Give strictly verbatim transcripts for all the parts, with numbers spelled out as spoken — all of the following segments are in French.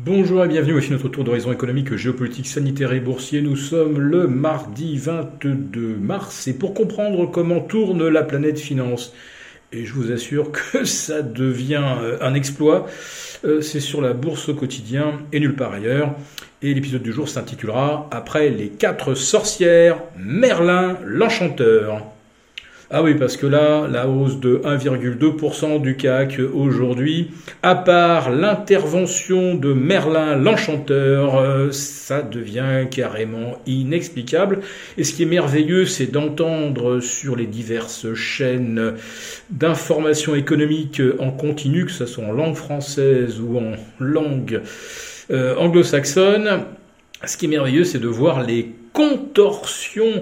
Bonjour et bienvenue, voici notre tour d'horizon économique, géopolitique, sanitaire et boursier. Nous sommes le mardi vingt-deux mars et pour comprendre comment tourne la planète finance, et je vous assure que ça devient un exploit, c'est sur la bourse au quotidien et nulle part ailleurs. Et l'épisode du jour s'intitulera « Après les quatre sorcières, Merlin l'Enchanteur ». Ah oui, parce que là, la hausse de un virgule deux pour cent du C A C aujourd'hui, à part l'intervention de Merlin l'Enchanteur, euh, ça devient carrément inexplicable. Et ce qui est merveilleux, c'est d'entendre sur les diverses chaînes d'information économique en continu, que ce soit en langue française ou en langue euh, anglo-saxonne. Ce qui est merveilleux, c'est de voir les contorsions,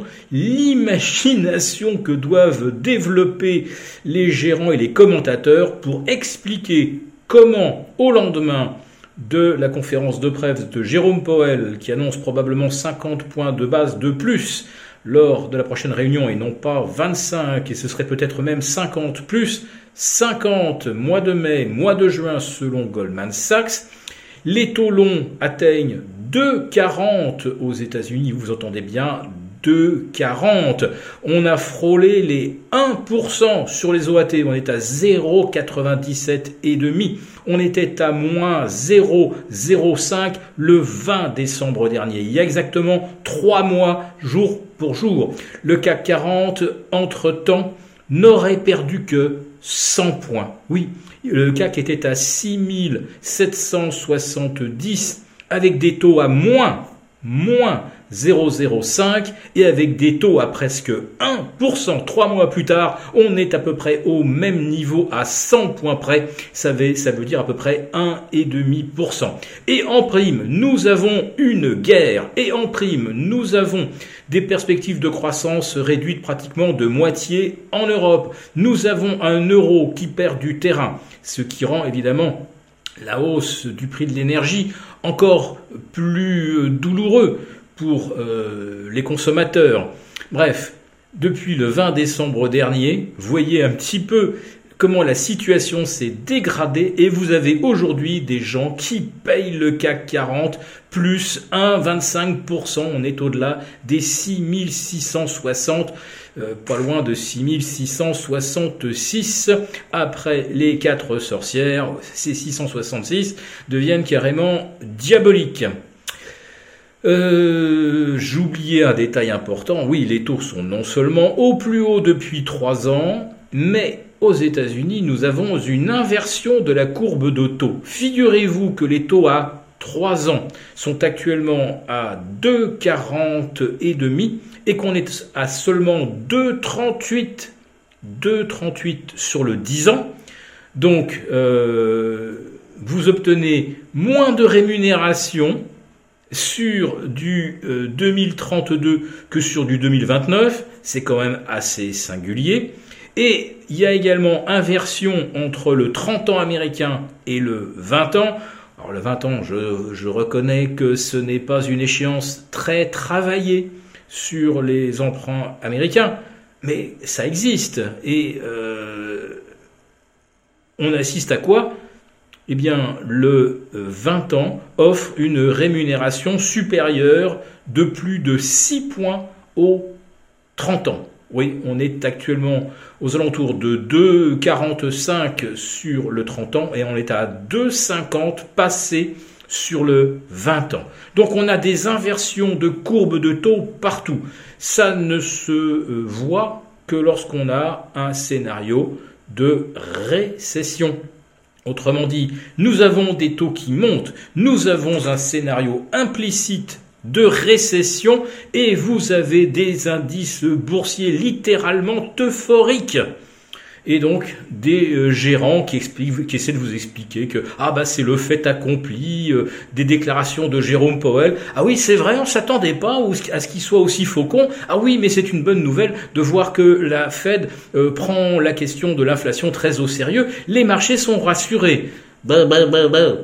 l'imagination que doivent développer les gérants et les commentateurs pour expliquer comment, au lendemain de la conférence de presse de Jérôme Powell, qui annonce probablement cinquante points de base de plus lors de la prochaine réunion, et non pas vingt-cinq, et ce serait peut-être même cinquante plus cinquante, mois de mai, mois de juin, selon Goldman Sachs, les taux longs atteignent deux virgule quarante aux États-Unis, vous entendez bien, deux virgule quarante. On a frôlé les un pour cent sur les O A T, on est à zéro virgule quatre-vingt-dix-sept virgule cinq. On était à moins zéro virgule zéro cinq le vingt décembre dernier. Il y a exactement trois mois, jour pour jour. Le C A C quarante, entre-temps, n'aurait perdu que cent points. Oui, le C A C était à six mille sept cent soixante-dix avec des taux à moins, moins zéro virgule zéro cinq et avec des taux à presque un pour cent. Trois mois plus tard, on est à peu près au même niveau à cent points près. Ça veut, ça veut dire à peu près un virgule cinq pour cent. Et en prime, nous avons une guerre. Et en prime, nous avons des perspectives de croissance réduites pratiquement de moitié en Europe. Nous avons un euro qui perd du terrain, ce qui rend évidemment la hausse du prix de l'énergie encore plus douloureux pour euh, les consommateurs. Bref, depuis le vingt décembre dernier, voyez un petit peu comment la situation s'est dégradée et vous avez aujourd'hui des gens qui payent le C A C quarante plus un virgule vingt-cinq pour cent. On est au-delà des six mille six cent soixante, euh, pas loin de six mille six cent soixante-six. Après les quatre sorcières, ces six cent soixante-six deviennent carrément diaboliques. Euh, j'oubliais un détail important. Oui, les taux sont non seulement au plus haut depuis trois ans, mais aux États-Unis, nous avons une inversion de la courbe de taux. Figurez-vous que les taux à trois ans sont actuellement à deux virgule quarante et demi et qu'on est à seulement deux virgule trente-huit, deux virgule trente-huit sur le dix ans. Donc, euh, vous obtenez moins de rémunération sur du euh, deux mille trente-deux que sur du deux mille vingt-neuf. C'est quand même assez singulier. Et il y a également inversion entre le trente ans américain et le vingt ans. Alors le vingt ans, je, je reconnais que ce n'est pas une échéance très travaillée sur les emprunts américains, mais ça existe. Et euh, on assiste à quoi ? Eh bien, le vingt ans offre une rémunération supérieure de plus de six points au trente ans. Oui, on est actuellement aux alentours de deux virgule quarante-cinq sur le trente ans et on est à deux virgule cinquante passé sur le vingt ans. Donc on a des inversions de courbes de taux partout. Ça ne se voit que lorsqu'on a un scénario de récession. Autrement dit, nous avons des taux qui montent, nous avons un scénario implicite de récession et vous avez des indices boursiers littéralement euphoriques. Et donc des euh, gérants qui expliquent, qui essaient de vous expliquer que ah bah c'est le fait accompli euh, des déclarations de Jérôme Powell. Ah oui, c'est vrai, on s'attendait pas à ce qu'il soit aussi faucon. Ah oui, mais c'est une bonne nouvelle de voir que la Fed euh, prend la question de l'inflation très au sérieux. Les marchés sont rassurés. Bah, bah, bah, bah.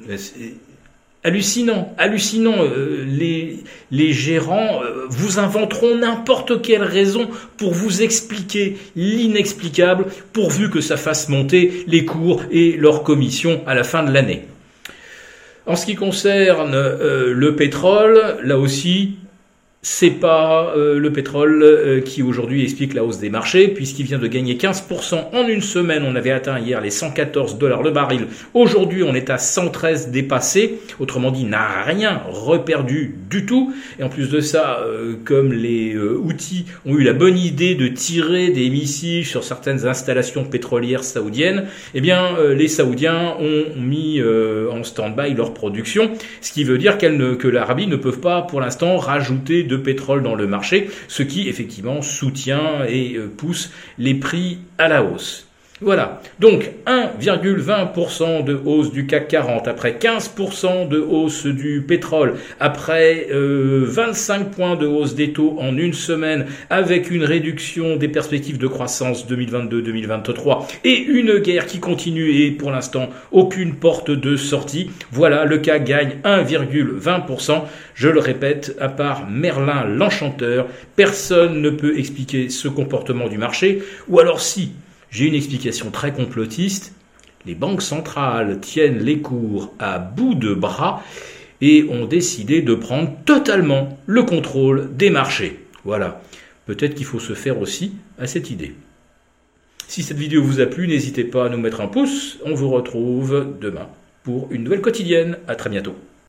Hallucinant, hallucinant. Euh, les, les gérants euh, vous inventeront n'importe quelle raison pour vous expliquer l'inexplicable, pourvu que ça fasse monter les cours et leurs commissions à la fin de l'année. En ce qui concerne euh, le pétrole, là aussi, c'est pas euh, le pétrole euh, qui aujourd'hui explique la hausse des marchés, puisqu'il vient de gagner quinze pour cent en une semaine. On avait atteint hier les cent quatorze dollars le baril. Aujourd'hui, on est à cent treize dépassé. Autrement dit, n'a rien reperdu du tout. Et en plus de ça, euh, comme les euh, Houthis ont eu la bonne idée de tirer des missiles sur certaines installations pétrolières saoudiennes, eh bien, euh, les Saoudiens ont mis euh, en stand-by leur production, ce qui veut dire qu'elle ne, que l'Arabie ne peut pas, pour l'instant, rajouter de pétrole dans le marché, ce qui effectivement soutient et pousse les prix à la hausse. Voilà, donc un virgule vingt pour cent de hausse du C A C quarante, après quinze pour cent de hausse du pétrole, après euh, vingt-cinq points de hausse des taux en une semaine, avec une réduction des perspectives de croissance deux mille vingt-deux deux mille vingt-trois, et une guerre qui continue et pour l'instant aucune porte de sortie. Voilà, le C A C gagne un virgule vingt pour cent. Je le répète, à part Merlin l'Enchanteur, personne ne peut expliquer ce comportement du marché, ou alors si... J'ai une explication très complotiste. Les banques centrales tiennent les cours à bout de bras et ont décidé de prendre totalement le contrôle des marchés. Voilà. Peut-être qu'il faut se faire aussi à cette idée. Si cette vidéo vous a plu, n'hésitez pas à nous mettre un pouce. On vous retrouve demain pour une nouvelle quotidienne. À très bientôt.